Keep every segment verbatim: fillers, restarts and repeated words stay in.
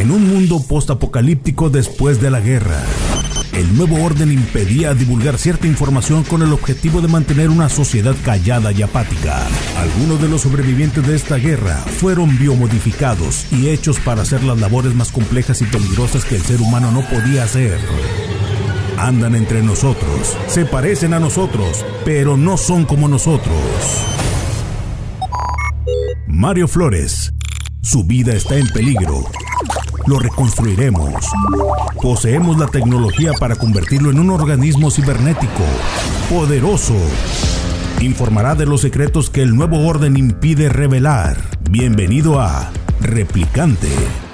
En un mundo postapocalíptico después de la guerra, el nuevo orden impedía divulgar cierta información con el objetivo de mantener una sociedad callada y apática. Algunos de los sobrevivientes de esta guerra fueron biomodificados y hechos para hacer las labores más complejas y peligrosas que el ser humano no podía hacer. Andan entre nosotros, se parecen a nosotros, pero no son como nosotros. Mario Flores, su vida está en peligro. Lo reconstruiremos. Poseemos la tecnología para convertirlo en un organismo cibernético, poderoso. Informará de los secretos que el nuevo orden impide revelar. Bienvenido a Replicante.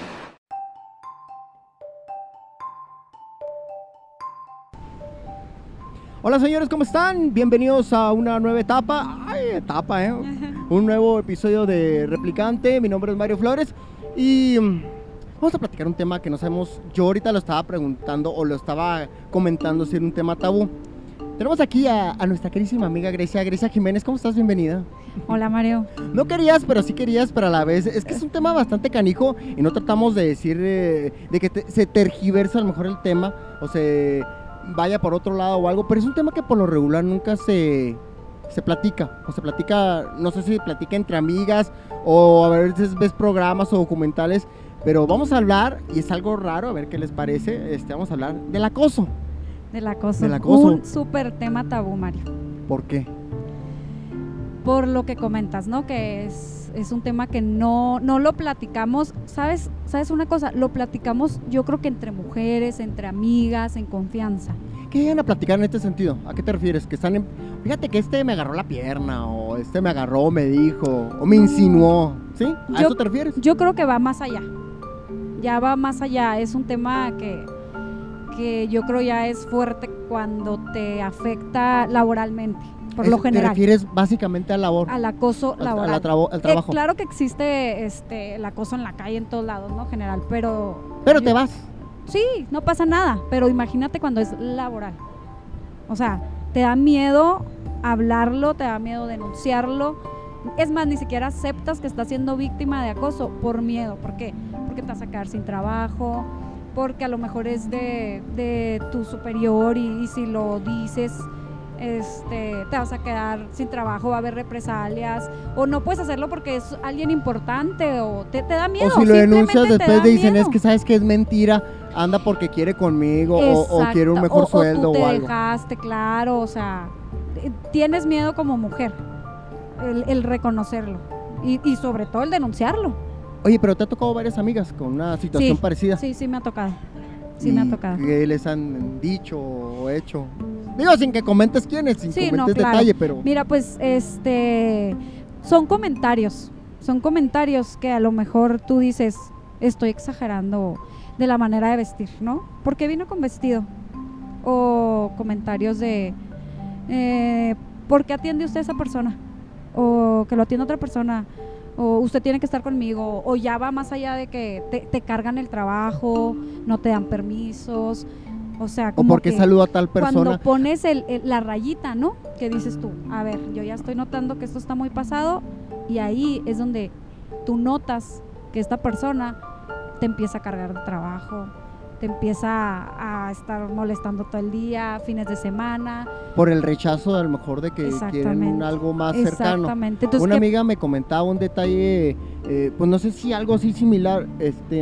Hola señores, ¿cómo están? Bienvenidos a una nueva etapa. Ay, etapa, ¿eh? Un nuevo episodio de Replicante. Mi nombre es Mario Flores y vamos a platicar un tema que no sabemos. Yo ahorita lo estaba preguntando o lo estaba comentando si era un tema tabú. Tenemos aquí a, a nuestra queridísima amiga Grecia. Grecia Jiménez, ¿cómo estás? Bienvenida. Hola Mario. No querías, pero sí querías, pero a la vez es que es un tema bastante canijo y no tratamos de decir eh, de que te, se tergiversa a lo mejor el tema o se vaya por otro lado o algo, pero es un tema que por lo regular nunca se, se platica, o se platica, no sé si se platica entre amigas o a veces ves programas o documentales, pero vamos a hablar, y es algo raro, a ver qué les parece, este, vamos a hablar del acoso. Del acoso. Del acoso. Un súper tema tabú, Mario. ¿Por qué? Por lo que comentas, ¿no? Que es, es un tema que no, no lo platicamos, ¿sabes? ¿Sabes una cosa? Lo platicamos yo creo que entre mujeres, entre amigas, en confianza. ¿Qué llegan a platicar en este sentido? ¿A qué te refieres? Que están en... Fíjate que este me agarró la pierna, o este me agarró, me dijo, o me insinuó, ¿sí? ¿A yo, eso te refieres? Yo creo que va más allá, ya va más allá, es un tema que, que yo creo ya es fuerte cuando te afecta laboralmente. Por es, lo general. ¿Te refieres básicamente al labor? Al acoso al, laboral. A la trabo, al trabajo. Eh, claro que existe este, el acoso en la calle en todos lados, ¿no? General, pero... Pero yo, te vas. Sí, no pasa nada, pero imagínate cuando es laboral. O sea, te da miedo hablarlo, te da miedo denunciarlo. Es más, ni siquiera aceptas que estás siendo víctima de acoso por miedo. ¿Por qué? Porque te vas a quedar sin trabajo, porque a lo mejor es de, de tu superior y, y si lo dices... Este, te vas a quedar sin trabajo, va a haber represalias, o no puedes hacerlo porque es alguien importante, o te, te da miedo. O si lo denuncias después te dicen miedo. Es que sabes que es mentira, anda porque quiere conmigo, o, o quiere un mejor o, sueldo o, tú o te algo. dejaste, claro, o sea, tienes miedo como mujer, el, el reconocerlo, y, y sobre todo el denunciarlo. Oye, pero te ha tocado varias amigas con una situación sí, parecida. Sí, sí me ha tocado, sí me ha tocado. ¿Qué les han dicho o hecho? Digo, sin que comentes quiénes, sin sí, comentes no, claro. detalle, pero... Mira, pues, este, son comentarios, son comentarios que a lo mejor tú dices, estoy exagerando de la manera de vestir, ¿no? ¿Por qué vino con vestido? O comentarios de, eh, ¿por qué atiende usted a esa persona? O que lo atiende otra persona, o usted tiene que estar conmigo, o ya va más allá de que te, te cargan el trabajo, no te dan permisos. O sea, como o porque saludo a tal persona. Cuando pones el, el, la rayita, ¿no? Que dices tú, a ver, yo ya estoy notando que esto está muy pasado, y ahí es donde tú notas que esta persona te empieza a cargar de trabajo, te empieza a, a estar molestando todo el día, fines de semana. Por el rechazo a lo mejor de que quieren algo más cercano. Exactamente. Entonces, una ¿qué? amiga me comentaba un detalle, eh, pues no sé si algo así similar, este,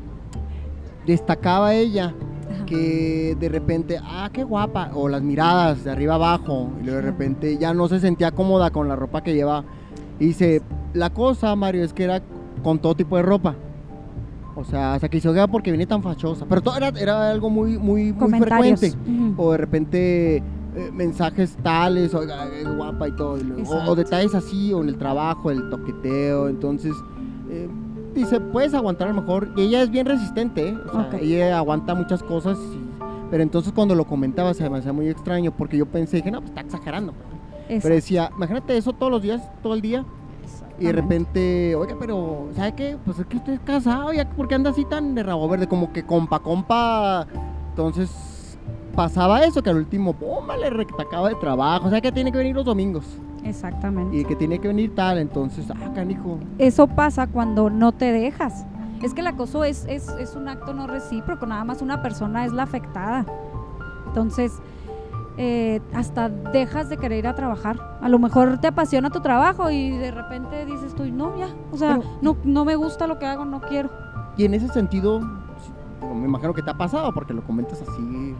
destacaba ella que de repente, ah, qué guapa, o las miradas de arriba abajo, y luego de repente ya no se sentía cómoda con la ropa que llevaba. Y dice, la cosa, Mario, es que era con todo tipo de ropa. O sea, hasta que hizo guerra porque viene tan fachosa. Pero todo era, era algo muy, muy, muy frecuente. Uh-huh. O de repente eh, mensajes tales, o es guapa y todo. O, o detalles así, o en el trabajo, el toqueteo. Entonces, eh, dice, puedes aguantar a lo mejor, y ella es bien resistente, ¿eh? O sea, okay. Ella aguanta muchas cosas, y, pero entonces cuando lo comentaba se me hacía muy extraño, porque yo pensé, dije, no, pues está exagerando. Exacto. Pero decía, imagínate eso todos los días, todo el día, y de repente, oiga, pero, ¿sabe qué? Pues es que usted es casado, ya, ¿por qué anda así tan de rabo verde? Como que compa, compa, entonces pasaba eso, que al último, ¡pum!, le retacaba de trabajo, o sea, que tiene que venir los domingos. Exactamente. Y que tiene que venir tal, entonces, ah, canijo. Eso pasa cuando no te dejas, Es que el acoso es, es, es un acto no recíproco, nada más una persona es la afectada. Entonces, eh, hasta dejas de querer ir a trabajar. A lo mejor te apasiona tu trabajo y de repente dices tú, no, ya, o sea, Pero- no, no me gusta lo que hago, no quiero. Y en ese sentido, sí, digo, me imagino que te ha pasado porque lo comentas así.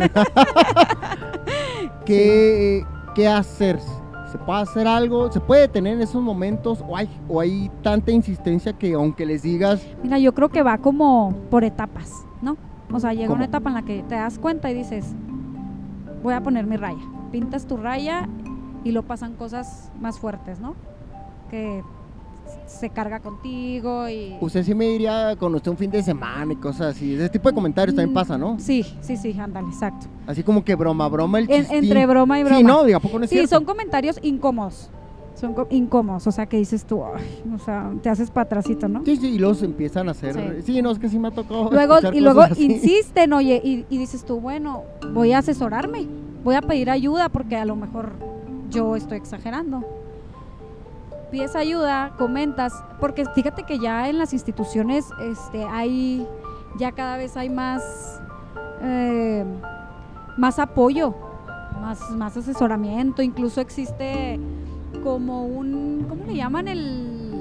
¿Qué, ¿Qué hacer? ¿Se puede hacer algo? ¿Se puede detener en esos momentos? ¿O hay, o hay tanta insistencia que aunque les digas, Mira, yo creo que va como por etapas, ¿no? O sea, llega ¿Cómo? una etapa en la que te das cuenta y dices, voy a poner mi raya. Pintas tu raya y lo pasan cosas más fuertes, ¿no? Que se carga contigo y... usted sí me diría con usted un fin de semana y cosas así? Ese tipo de comentarios también pasa, ¿no? Sí, sí, sí, ándale, exacto. Así como que broma, broma el En- chistín. entre broma y broma. Sí, no, diga, ¿a poco no es Sí, cierto? son comentarios incómodos. Son co- incómodos, o sea, que dices tú, "Ay", o sea, te haces para atrásito, ¿no? Sí, sí, y luego se empiezan a hacer... Sí, Sí. no, es que sí me ha tocado Luego, escuchar y luego cosas así. insisten, oye, y, y dices tú, bueno, voy a asesorarme, voy a pedir ayuda porque a lo mejor yo estoy exagerando. Pides ayuda, comentas, porque fíjate que ya en las instituciones este, hay, ya cada vez hay más, eh, más apoyo, más, más asesoramiento, incluso existe como un, ¿cómo le llaman? El,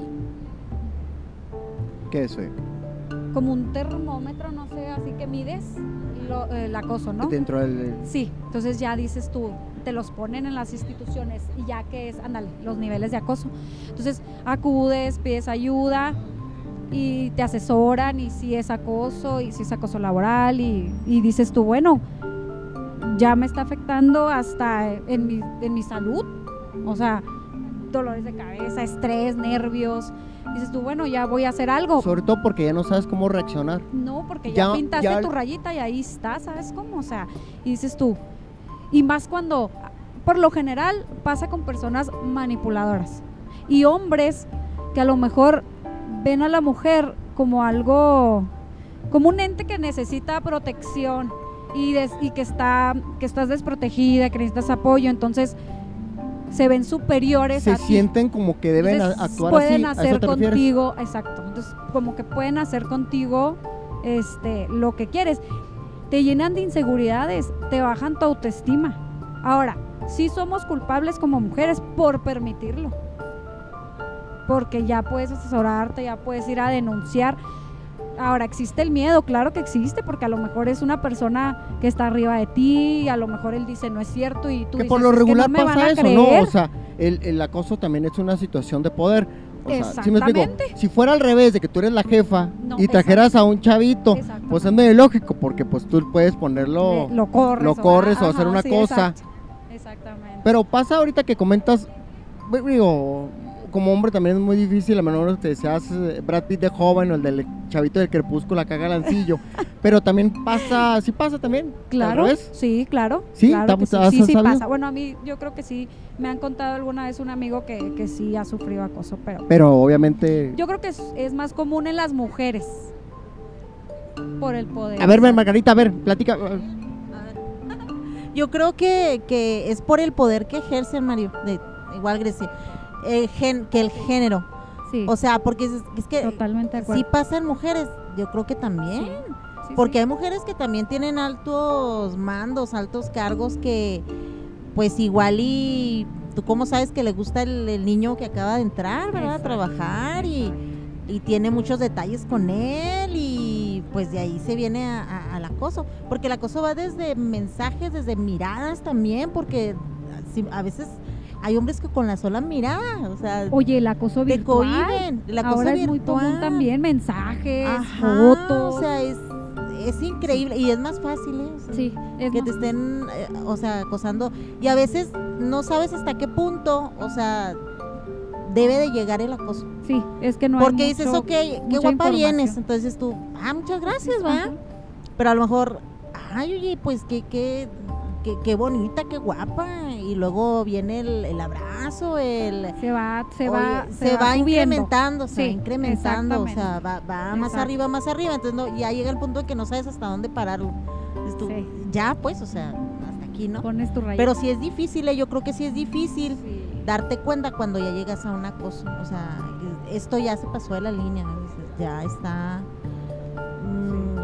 ¿Qué es eso? como un termómetro, no sé, así que mides lo- el acoso, ¿no? Dentro del... Sí, entonces ya dices tú, te los ponen en las instituciones y ya que es, ándale, los niveles de acoso. Entonces acudes, pides ayuda y te asesoran y si es acoso y si es acoso laboral y, y dices tú, bueno, ya me está afectando hasta en mi, en mi salud, o sea, dolores de cabeza, estrés, nervios. Dices tú, bueno, ya voy a hacer algo. Sobre todo porque ya no sabes cómo reaccionar. No, porque ya, Ya- pintaste ya- tu rayita y ahí está, ¿sabes cómo? O sea, y dices tú, y más cuando, por lo general, pasa con personas manipuladoras y hombres que a lo mejor ven a la mujer como algo, como un ente que necesita protección y, des- y que, está, que estás desprotegida, que necesitas apoyo, entonces se ven superiores Se a ti. sienten como que deben a- Entonces, actuar pueden así. ¿A hacer eso te refieres? contigo, exacto. Entonces, como que pueden hacer contigo este, lo que quieres. Te llenan de inseguridades, te bajan tu autoestima. Ahora, sí somos culpables como mujeres por permitirlo. Porque ya puedes asesorarte, ya puedes ir a denunciar. Ahora, ¿existe el miedo? Claro que existe, porque a lo mejor es una persona que está arriba de ti, y a lo mejor él dice no es cierto y tú Que dices, por lo "Es que regular no me van pasa a eso, creer". ¿no? O sea, el, el acoso también es una situación de poder. O sea, ¿sí me explico? Exactamente. Si fuera al revés, de que tú eres la jefa No, y trajeras a un chavito, Exactamente. pues es medio lógico, porque pues tú puedes ponerlo... Le- lo corres, lo corres o ajá, hacer una sí, cosa. exacto. Exactamente. Pero pasa ahorita que comentas, bu- digo, como hombre también es muy difícil, a menos que seas eh, Brad Pitt de joven o el del chavito del crepúsculo, la caga lancillo, pero también pasa, sí pasa también, ¿al Claro, revés? sí, claro. ¿Sí? claro que ¿Te- sí, has sí, sí sabido? pasa. Bueno, a mí yo creo que sí, me han contado alguna vez un amigo que, que sí ha sufrido acoso, pero Pero obviamente... yo creo que es, es más común en las mujeres por el poder. A ver, ver, Margarita, a ver, platica. A ver. Yo creo que, que es por el poder que ejercen, Mario, de, igual Grecia, el gen, que el género. Sí, O sea, porque es, es que totalmente de acuerdo. si pasa en mujeres, yo creo que también. Sí, Porque sí. hay mujeres que también tienen altos mandos, altos cargos que pues igual y tú cómo sabes que le gusta el, el niño que acaba de entrar, ¿verdad? A Exacto. trabajar y, y tiene muchos detalles con él y pues de ahí se viene a- a- al acoso. Porque el acoso va desde mensajes, desde miradas también, porque si- a veces hay hombres que con la sola mirada, o sea, Oye, el acoso te virtual. cohiben. El acoso Ahora es muy común virtual. también, mensajes, Ajá, fotos. o sea, es, es increíble y es más fácil, ¿eh? O sea, sí, es que más- te estén, eh, o sea, acosando y a veces no sabes hasta qué punto, o sea, debe de llegar el acoso. sí, es que no hay Porque dices, mucho- ok, qué mucha guapa vienes, información. entonces tú, ah, muchas gracias, Ajá. va. Pero a lo mejor, ay, oye, pues qué, qué, qué, qué bonita, qué guapa. Y luego viene el, el abrazo, el... Se va, se oye, va, se, va, subiendo. incrementando, se va Sí, incrementando, o sea, exactamente. va, va más Exacto. arriba, más arriba, entonces no, ya llega el punto en que no sabes hasta dónde pararlo. Dices tú, Sí. ya pues, o sea, hasta aquí, ¿no? Pones tu rayita. Pero sí es difícil, eh, yo creo que sí es difícil Sí. darte cuenta cuando ya llegas a un acoso, o sea, que esto ya se pasó de la línea, ya está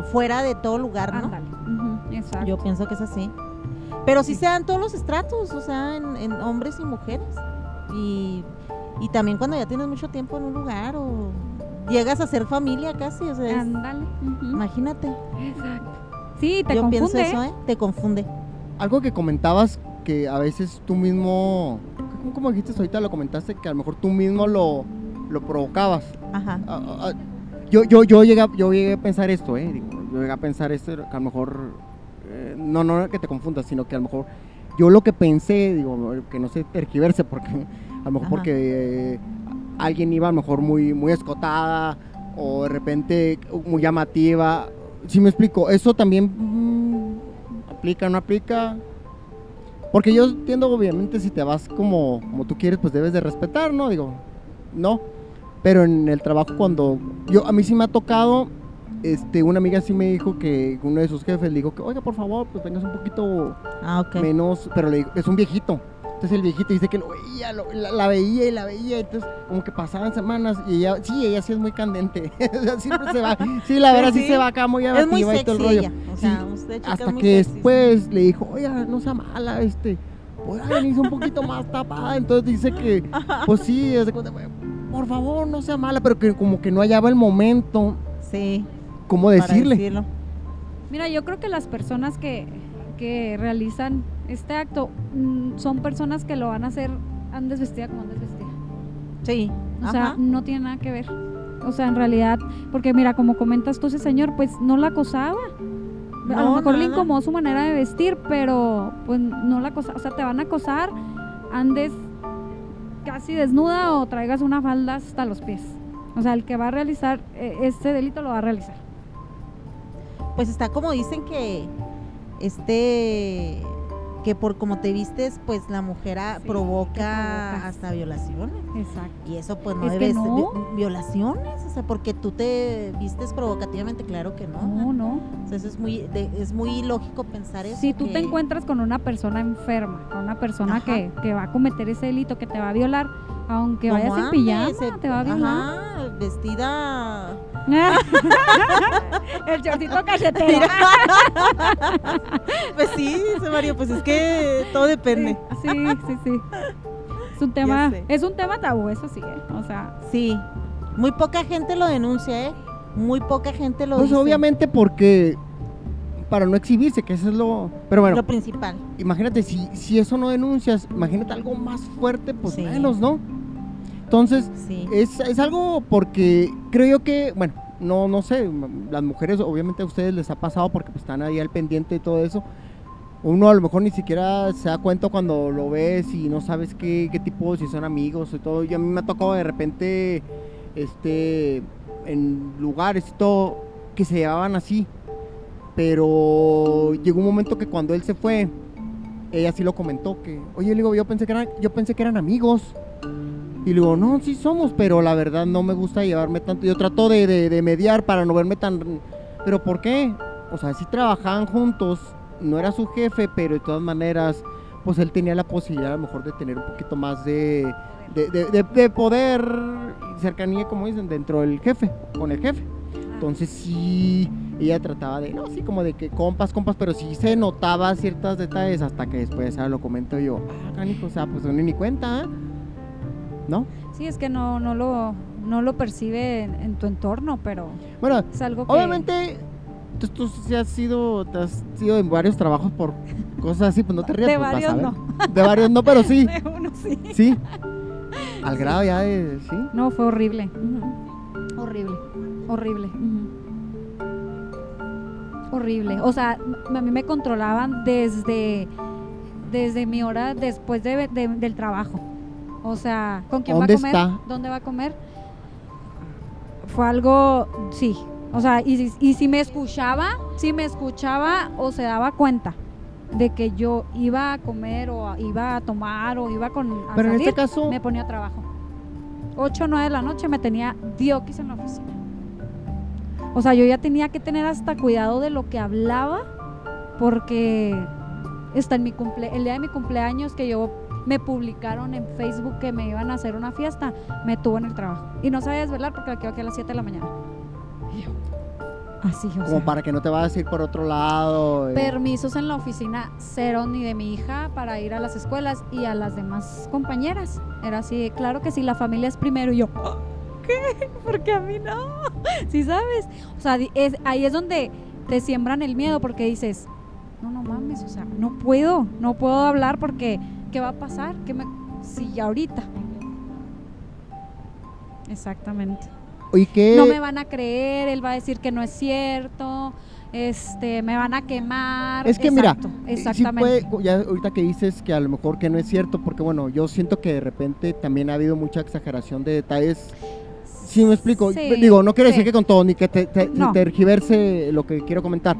fuera de todo lugar, ¿no? Ándale. Ujú, exacto. Yo pienso que es así. Pero sí se dan todos los estratos, o sea, en, en hombres y mujeres. Y, y también cuando ya tienes mucho tiempo en un lugar o llegas a ser familia casi, o sea, es- Ándale. Ujú. imagínate. Exacto. Sí, te Yo confunde. pienso eso, ¿eh? Te confunde. Algo que comentabas que a veces tú mismo, ¿cómo- como dijiste ahorita, lo comentaste, que a lo mejor tú mismo lo, lo provocabas. Ajá. Ah, ah, ah, yo, yo, yo, llegué, a- yo llegué a pensar esto, ¿eh? Digo, yo llegué a pensar esto, que a lo mejor, eh, no, no que te confundas, sino que a lo mejor yo lo que pensé, digo, que no se tergiverse, porque a lo mejor Ajá. porque eh, alguien iba a lo mejor muy, muy escotada o de repente muy llamativa. Si me explico, eso también mm, aplica, no aplica. Porque yo entiendo, obviamente, si te vas como, como tú quieres, pues debes de respetar, ¿no? Digo, no. Pero en el trabajo cuando... yo A mí sí me ha tocado, este, una amiga sí me dijo que uno de sus jefes le dijo que, oiga, por favor, pues vengas un poquito Ah, ok. menos... Pero le dijo, es un viejito. Entonces el viejito dice que lo veía, lo- la, la veía y la veía. Entonces como que pasaban semanas y ella, sí, ella sí es muy candente. O sea, siempre se va, sí, la verdad sí, Sí. se va acá muy Es muy llamativa y todo el sexy rollo. ella. O Sí, sea, usted, chica, es hasta muy que sexy. después le dijo, oiga, no sea mala, este, podrá venirse un poquito más tapada. Entonces dice que, pues sí, es de cuenta, por favor, no sea mala, pero que como que no hallaba el momento, Sí. cómo para decirle. decirlo. Mira, yo creo que las personas que, que realizan este acto mm, son personas que lo van a hacer andes vestida como andes vestida. Sí. O sea, Ajá. no tiene nada que ver. O sea, en realidad, porque mira, como comentas tú, ese señor, pues no la acosaba. a lo No, mejor le nada. incomodó su manera de vestir, pero pues no la acosaba. O sea, te van a acosar, andes casi desnuda o traigas una falda hasta los pies. O sea, el que va a realizar eh, este delito lo va a realizar. Pues está como dicen que este que por como te vistes, pues la mujer ah, Sí, que provoca provocas. hasta violaciones. Exacto. Y eso pues no Es que debe no. ser vi- violaciones, o sea, porque tú te vistes provocativamente, claro que no. No, no. O sea, eso es muy de- es muy lógico pensar eso. Si tú te que- encuentras con una persona enferma, con una persona Ajá. que, que va a cometer ese delito, que te va a violar, aunque como vayas en antes, pijama, se- te va a violar. Ajá, vestida. El chorcito cachetero. Pues sí, dice Mario, pues es que todo depende. Sí, sí, sí. Es un tema, sé. es un tema tabú, eso sí, ¿eh? O sea, Sí, muy poca gente lo denuncia, ¿eh? Muy poca gente lo Pues dice. obviamente porque, para no exhibirse, que eso es lo... Pero bueno, Lo principal. imagínate, si, si eso no denuncias, imagínate algo más fuerte, pues Sí. menos, ¿no? Entonces, Sí. es, es algo porque creo yo que, bueno, no, no sé, las mujeres obviamente a ustedes les ha pasado porque pues, están ahí al pendiente y todo eso. Uno a lo mejor ni siquiera se da cuenta cuando lo ves y no sabes qué, qué tipo, si son amigos y todo. Y a mí me ha tocado de repente, este, en lugares y todo, que se llevaban así. Pero llegó un momento que cuando él se fue, ella sí lo comentó, que, oye, le digo, yo pensé que eran, yo pensé que eran amigos. Y le digo, no, sí somos, pero la verdad no me gusta llevarme tanto. Yo trato de, de, de mediar para no verme tan... ¿Pero por qué? O sea, sí trabajaban juntos, no era su jefe, pero de todas maneras, pues él tenía la posibilidad a lo mejor de tener un poquito más de, de, de, de- de poder y cercanía, como dicen, dentro del jefe, con el jefe. Entonces sí, ella trataba de, no, sí, como de que compas, compas, pero sí se notaba ciertos detalles hasta que después, ¿sabes? Lo comento yo, ah, canijo, o sea, pues uno ni cuenta, ¿eh? ¿No? sí, es que no, no lo, no lo percibe en, en tu entorno, pero Bueno, es algo que... obviamente, tú, tú sí has sido, te has sido en varios trabajos por cosas así, pues no te rías. De pues, vas a varios ver. no. De varios no, pero sí, De uno sí. sí. Al grado ya de, sí. No, fue horrible. Ujú. Horrible, horrible. Ujú. Horrible. O sea, m- a mí me controlaban desde, desde mi hora después de, de- del trabajo. O sea, ¿con quién va a ¿Dónde comer? está? ¿Dónde va a comer? Fue algo, sí. O sea, y, si- y si me escuchaba, si me escuchaba o se daba cuenta de que yo iba a comer o a- iba a tomar o iba con, a Pero en salir, este caso, me ponía a trabajo. ocho o nueve de la noche me tenía diokis en la oficina. O sea, yo ya tenía que tener hasta cuidado de lo que hablaba porque está en mi cumple el día de mi cumpleaños que yo me publicaron en Facebook que me iban a hacer una fiesta, me tuvo en el trabajo. Y no sabía desvelar porque me quedé aquí a las siete de la mañana. Así, o como sea, para que no te vayas a ir por otro lado. eh. permisos en la oficina cero, ni de mi hija para ir a las escuelas y a las demás compañeras. Era así, claro que sí, la familia es primero. Y yo, ¿qué? Porque a mí no. ¿Sí sabes? O sea, di- es, ahí es donde te siembran el miedo porque dices, no, no mames, o sea, no puedo, no puedo hablar porque ¿qué va a pasar? ¿Qué me, si ya ahorita? Exactamente. ¿Y qué? No me van a creer, él va a decir que no es cierto, este, me van a quemar. Es que Exacto, mira, sí exactamente. puede- ya ahorita que dices que a lo mejor que no es cierto, porque bueno, yo siento que de repente también ha habido mucha exageración de detalles. Sí, me explico. Sí, Digo, no quiero sí. decir que con todo, ni que te, te- No. te tergiverse lo que quiero comentar.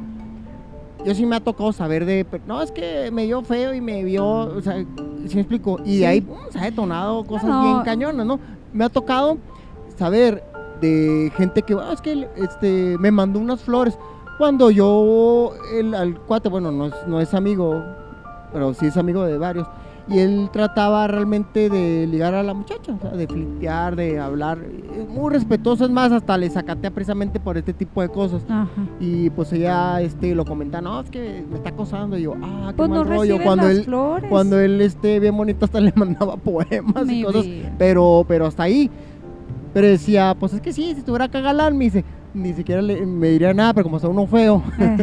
Yo sí me ha tocado saber de, no, es que me vio feo y me vio, o sea, sí me explico. Y Sí. de ahí pum, se ha detonado cosas No. bien cañonas, ¿no? Me ha tocado saber de gente que, "Ah, es que este, me mandó unas flores. Cuando yo, el, al cuate, bueno, no es, no es amigo, pero sí es amigo de varios. Y él trataba realmente de ligar a la muchacha, o sea, de flirtear, de hablar, eh, muy respetuoso, es más, hasta le sacatea precisamente por este tipo de cosas. Ajá. Y pues ella este, lo comenta, no, es que me está acosando. Y yo, ah, qué Pues mal no rollo. recibes Cuando las él, flores. cuando él esté bien bonito, hasta le mandaba poemas Mi y cosas, vida. pero, pero hasta ahí. Pero decía, pues es que sí, si estuviera acá galán, me dice, ni siquiera le- me diría nada, pero como está uno feo.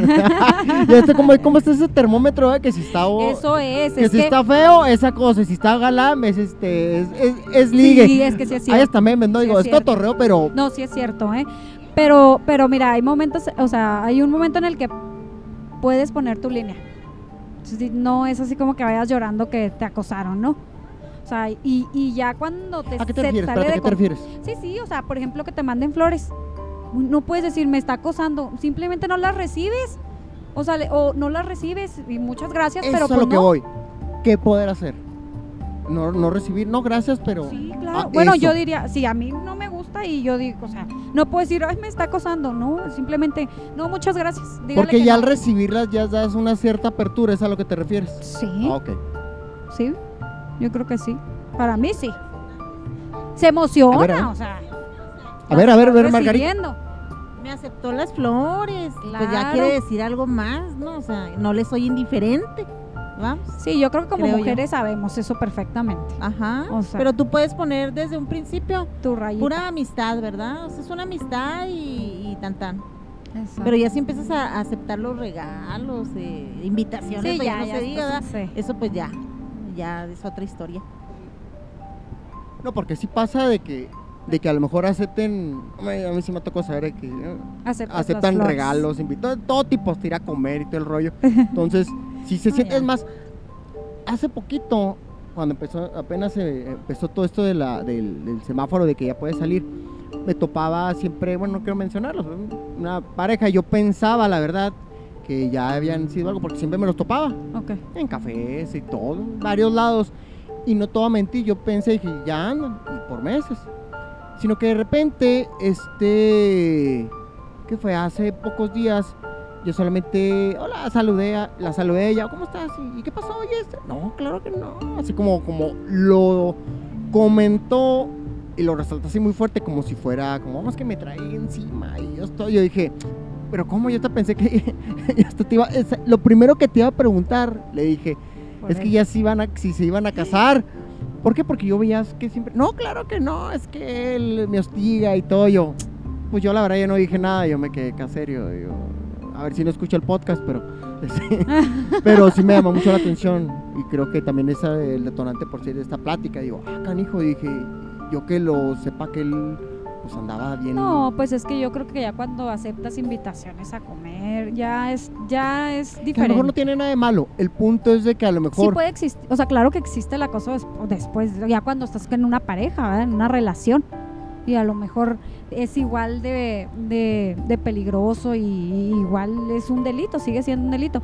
Y este, como, como está ese termómetro, eh, que si está, o- Eso es, que es si que está feo, esa cosa, y si está galán, es, este, es, es, es ligue. sí, es que sí es Ahí cierto. hasta memes, ¿no? Sí Digo, es es cierto. cotorreo, pero No, sí es cierto, ¿eh? Pero, pero mira, hay momentos, o sea, hay un momento en el que puedes poner tu línea. Sí, no es así como que vayas llorando que te acosaron, ¿no? O sea, y, y ya cuando te, ¿a qué te se refieres? sale Espérate, ¿a de qué te con- refieres? Sí, sí, o sea, por ejemplo, que te manden flores. No puedes decir, me está acosando, simplemente no las recibes. O sea, le- o no las recibes y muchas gracias, Eso pero es pues lo que no. voy. ¿Qué poder hacer? No, no recibir, no, gracias, pero... Sí, claro. Ah, bueno, eso. yo diría, si a mí no me gusta y yo digo, o sea, no puedo decir, ay, me está acosando, no, simplemente, no, muchas gracias. Dígale Porque que ya no. al recibirlas ya das una cierta apertura, ¿es a lo que te refieres? Sí, Ah, ok. sí, yo creo que sí. Para mí sí. Se emociona, A ver, a ver. o sea. A ver, a ver, a ver, estás Margarita. recibiendo. Me aceptó las flores. Pues ya Claro. quiere decir algo más, ¿no? O sea, no le soy indiferente. Vamos. Sí, yo creo que como Creo yo. mujeres sabemos eso perfectamente. Ajá. O sea. Pero tú puedes poner desde un principio Tu rayita. pura amistad, ¿verdad? O sea, es una amistad y, y tan tan. Exacto. Pero ya si empiezas a, a aceptar los regalos, eh, invitaciones, Sí, pues ya, ya, no ya se diga, está, ¿verdad? sí. Eso pues ya, ya es otra historia. No, porque sí pasa de que, de que a lo mejor acepten, a mí sí me tocó saber de que eh, Aceptas las aceptan flores. regalos, invitan, todo tipo, hasta ir a comer y todo el rollo. Entonces, si se No, siente, ya. es más, hace poquito, cuando empezó, apenas se empezó todo esto de la, del, del semáforo de que ya puedes salir, me topaba siempre, bueno, no quiero mencionarlos, una pareja, yo pensaba, la verdad, que ya habían sido algo, porque siempre me los topaba, Ok. en cafés y todo, en varios lados, y no te voy a mentir, yo pensé, dije, ya andan, y por meses, sino que de repente, este, ¿qué fue? Hace pocos días, yo solamente, hola, saludé, a- la saludé a ella, ¿cómo estás? ¿Y qué pasó? Oye, este? No, claro que no, así como, como lo comentó y lo resaltó así muy fuerte, como si fuera, como, vamos, que me trae encima, y yo estoy, yo dije, pero ¿cómo? Yo hasta pensé que, yo hasta te iba, es- lo primero que te iba a preguntar, le dije, Por es que él. ya se iban a, si se iban a casar. ¿Por qué? Porque yo veía que siempre, no, claro que no, es que él me hostiga y todo. Yo, pues yo la verdad ya no dije nada, yo me quedé caserio. Yo, a ver si no escucho el podcast, pero sí, pero sí me llamó mucho la atención y creo que también es el detonante por ser de esta plática. Digo, ah, canijo, dije, yo que lo sepa que él pues andaba bien. No, pues es que yo creo que ya cuando aceptas invitaciones a comer, ya es, ya es que a lo diferente. mejor no tiene nada de malo. El punto es de que a lo Sí mejor puede existir, o sea, claro que existe el acoso des- después, ya cuando estás en una pareja, ¿verdad? En una relación, y a lo mejor es igual de, de, de peligroso y, y igual es un delito, sigue siendo un delito,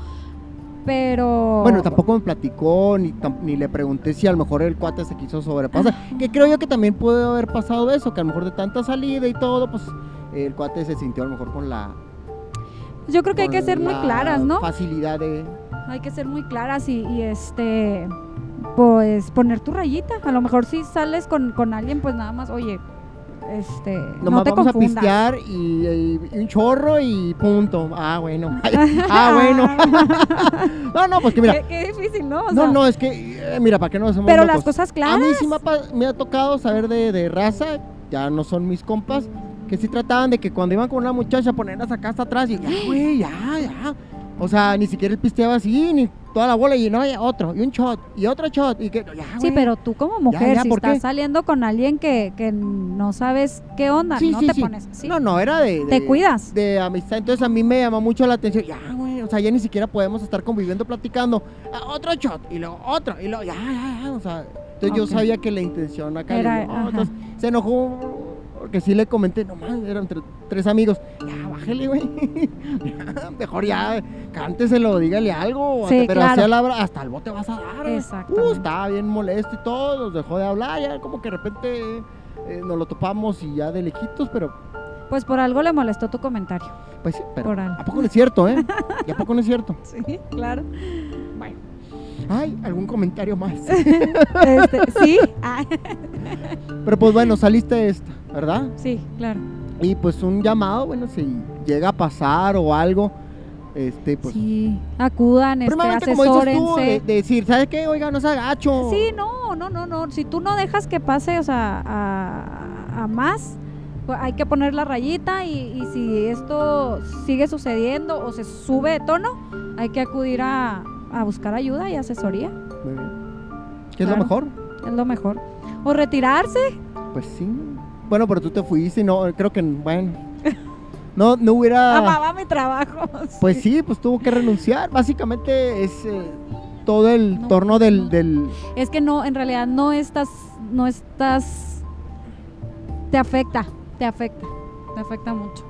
pero... bueno, tampoco me platicó, ni, tam- ni le pregunté si a lo mejor el cuate se quiso sobrepasar. Que creo yo que también puede haber pasado eso, que a lo mejor de tanta salida y todo, pues el cuate se sintió a lo mejor con la... Yo creo que hay que con ser muy la claras, ¿no? Facilidad de... Hay que ser muy claras y, y este, pues poner tu rayita. A lo mejor si sales con, con alguien, pues nada más, oye, este, Nomás no te vamos confundas. a pistear y, y- y un chorro y punto. Ah, bueno. Ah, bueno. No, no, pues que mira. Qué, qué difícil, ¿no? O No, sea, no, es que, eh, mira, ¿para qué no hacemos pero locos? las cosas claras. A mí sí me ha, pa- me ha tocado saber de, de raza, ya no son mis compas, que sí trataban de que cuando iban con una muchacha ponerlas acá hasta atrás y ya, güey, ya, ya. O sea, ni siquiera el pisteaba así, ni toda la bola y no, ya, otro, y un shot, y otro shot, y que, ya, Sí, güey. pero tú como mujer, ya, si ¿por estás qué? saliendo con alguien que, que no sabes qué onda, Sí, no sí, te sí. pones así. No, no, era de, Te de- cuidas. de amistad, entonces a mí me llamó mucho la atención, ya, güey, o sea, ya ni siquiera podemos estar conviviendo, platicando, ah, otro shot, y luego otro, y luego, ya, ya, ya, o sea, entonces yo Ok. sabía que la intención acá, Era, le digo, ajá. "Oh", entonces se enojó, porque sí le comenté, nomás, eran tre- tres amigos, ya, bájale, güey, ya, mejor ya, cánteselo, dígale algo, Sí, pero claro. así a la hora, hasta el bote vas a dar, güey. Exactamente. Uh, estaba bien molesto y todo, nos dejó de hablar, ya como que de repente eh, nos lo topamos y ya de lejitos, pero Pues por algo le molestó tu comentario. pues sí, pero Por algo. ¿a poco no es cierto, eh? ¿Y a poco no es cierto? Sí, claro. Bueno. Ay, algún comentario más. Este, sí, ah, Pero pues bueno, saliste esta, ¿verdad? sí, claro. Y pues un llamado, bueno, si llega a pasar o algo, este, pues... Sí, acudan, este, primeramente, como dices tú, de, asesórense. de decir, ¿sabes qué? Oiga, no se agacho. Sí, no, no, no, no. Si tú no dejas que pase, o sea, a, a más, pues hay que poner la rayita y, y si esto sigue sucediendo o se sube de tono, hay que acudir a, a buscar ayuda y asesoría. Muy bien. ¿Qué es Claro. lo mejor? Es lo mejor. O retirarse. Pues sí. Bueno, pero tú te fuiste y no, creo que, bueno, no, no hubiera... Amaba mi trabajo. Pues sí, pues tuvo que renunciar. Básicamente es eh, todo el No, torno del, no. del... Es que no, en realidad no estás, no estás, te afecta, te afecta, te afecta mucho.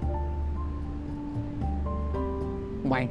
Bueno,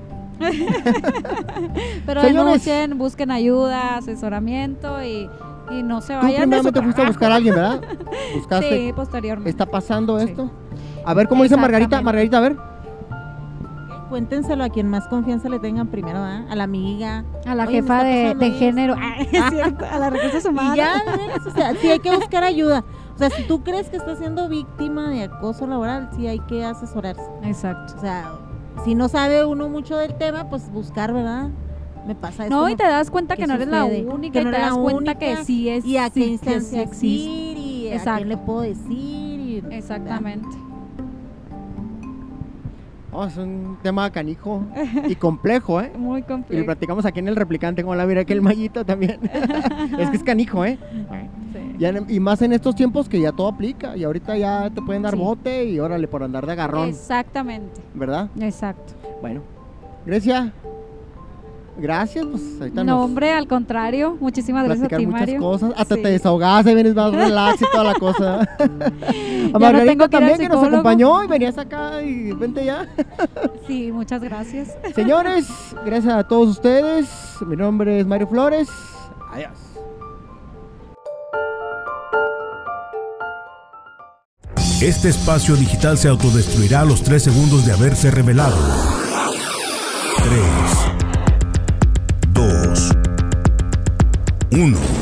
Pero Señores. denuncien, busquen ayuda, asesoramiento y, y no se tú vayan de su primeramente fuiste a trabajo. buscar a alguien, ¿verdad? Buscaste, Sí, posteriormente. ¿está pasando Sí. esto? A ver, ¿cómo dice Margarita? Exactamente. Margarita, a ver. Cuéntenselo a quien más confianza le tengan primero, ¿ah? A la amiga. A la Oye, me jefa está de, pasando de esto. género, Ah, es cierto, a la recursos humanos. Y ya, ¿ves? O sea, sí hay que buscar ayuda. O sea, si tú crees que estás siendo víctima de acoso laboral, sí hay que asesorarse. Exacto. O sea, si no sabe uno mucho del tema, pues buscar, ¿verdad? Me pasa esto. No, y te das cuenta que ¿qué no eres la sucede? única Que y no te eres das la cuenta única, que sí es, y a qué sí, que instancia sí existe. acudir y a Exacto. quién le puedo decir. Y, Exactamente. Oh, es un tema canijo y complejo, ¿eh? Muy Y lo complejo. platicamos aquí en el replicante, como la mira aquel mallito también. Es que es canijo, ¿eh? Sí. Ya en- y más en estos tiempos que ya todo aplica y ahorita ya te pueden dar Sí. bote y órale por andar de agarrón, Exactamente, ¿verdad? exacto. Bueno, Grecia, gracias, pues ahorita No, nos hombre, al contrario, muchísimas gracias a platicar ti, muchas Mario. cosas, hasta Sí. te desahogaste, vienes más relax y toda la cosa. A no Margarita tengo que ir al también que nos psicólogo. acompañó y venías acá y vente ya. Sí, muchas gracias. Señores, gracias a todos ustedes. Mi nombre es Mario Flores. Adiós. Este espacio digital se autodestruirá a los tres segundos de haberse revelado. tres, dos, uno.